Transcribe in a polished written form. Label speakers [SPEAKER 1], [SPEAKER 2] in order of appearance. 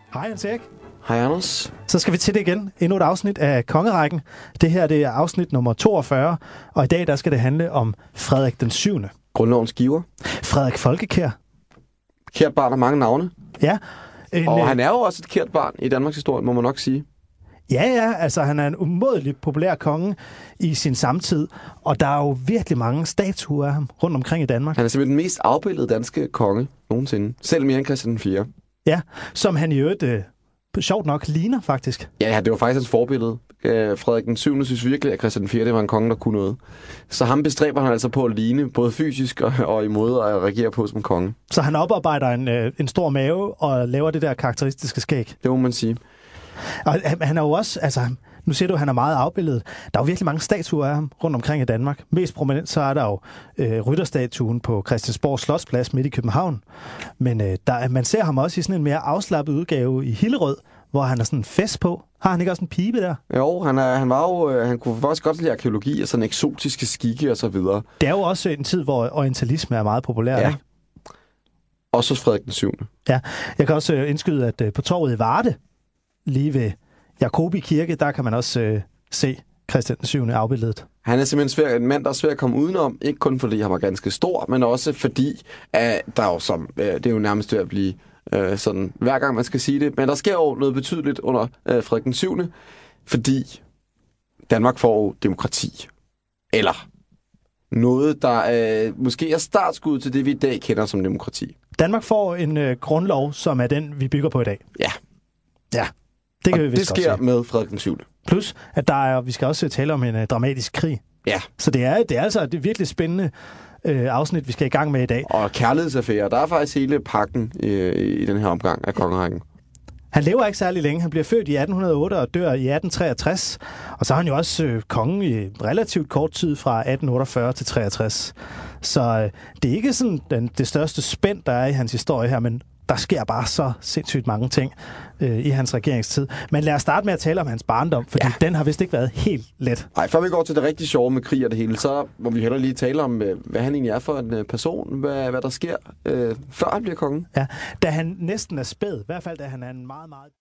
[SPEAKER 1] Hej Hans Erik.
[SPEAKER 2] Hej Anders.
[SPEAKER 1] Så skal vi til det igen. Endnu et afsnit af Kongerækken. Det her det er afsnit nummer 42, og i dag der skal det handle om Frederik den 7.
[SPEAKER 2] Grundlovens giver.
[SPEAKER 1] Frederik Folkekær.
[SPEAKER 2] Kært barn har mange navne.
[SPEAKER 1] Ja.
[SPEAKER 2] Og han er jo også et kært barn i Danmarks historie, må man nok sige.
[SPEAKER 1] Ja, altså han er en umådelig populær konge i sin samtid, og der er jo virkelig mange statuer af ham rundt omkring i Danmark.
[SPEAKER 2] Han er simpelthen den mest afbildede danske konge nogensinde. Selv mere end Christian 4.
[SPEAKER 1] Ja, som han i øvrigt sjovt nok ligner faktisk.
[SPEAKER 2] Ja, det var faktisk hans forbillede. Frederik den 7. synes virkelig, at Christian 4. det var en konge, der kunne noget. Så ham bestræber han altså på at ligne, både fysisk og i måde at regere på som konge.
[SPEAKER 1] Så han oparbejder en stor mave og laver det der karakteristiske skæg.
[SPEAKER 2] Det må man sige.
[SPEAKER 1] Og han er jo også, altså, nu siger du, at han er meget afbildet. Der er jo virkelig mange statuer af ham rundt omkring i Danmark. Mest prominent så er der jo rytterstatuen på Christiansborg Slotsplads midt i København. Men man ser ham også i sådan en mere afslappet udgave i Hillerød, hvor han er sådan en fest på. Har han ikke også en pibe der?
[SPEAKER 2] Jo, han kunne faktisk godt lide arkeologi og sådan eksotiske skikke og så videre.
[SPEAKER 1] Det er jo også en tid, hvor orientalisme er meget populær,
[SPEAKER 2] ja.
[SPEAKER 1] Ikke?
[SPEAKER 2] Også hos Frederik den 7.
[SPEAKER 1] Ja, jeg kan også indskyde, at på torvet i Varde, lige ved Jakobi Kirke, der kan man også se Christian den 7. afbildet.
[SPEAKER 2] Han er simpelthen en mand, der er svær at komme udenom. Ikke kun fordi han var ganske stor, men også fordi, at der er jo det er jo nærmest ved at blive sådan, hver gang man skal sige det. Men der sker jo noget betydeligt under Frederik den 7. Fordi Danmark får jo demokrati. Eller noget, der måske er startskud til det, vi i dag kender som demokrati.
[SPEAKER 1] Danmark får en grundlov, som er den, vi bygger på i dag.
[SPEAKER 2] Ja.
[SPEAKER 1] Ja. Det kan vi
[SPEAKER 2] det sker med Frederik den 7.
[SPEAKER 1] Plus, at vi skal også tale om en dramatisk krig.
[SPEAKER 2] Ja.
[SPEAKER 1] Så det er altså et virkelig spændende afsnit, vi skal i gang med i dag.
[SPEAKER 2] Og kærlighedsaffærer. Der er faktisk hele pakken i den her omgang af kongerækken.
[SPEAKER 1] Han lever ikke særlig længe. Han bliver født i 1808 og dør i 1863. Og så er han jo også konge i relativt kort tid fra 1848 til 63. Så det er ikke sådan det største spænd, der er i hans historie her, men der sker bare så sindssygt mange ting i hans regeringstid. Men lad os starte med at tale om hans barndom, fordi den har vist ikke været helt let.
[SPEAKER 2] Nej, før vi går til det rigtig sjove med krig og det hele, så må vi hellere lige tale om, hvad han egentlig er for en person, hvad der sker, før han bliver konge.
[SPEAKER 1] Ja, da han næsten er spæd, i hvert fald da han er en meget, meget...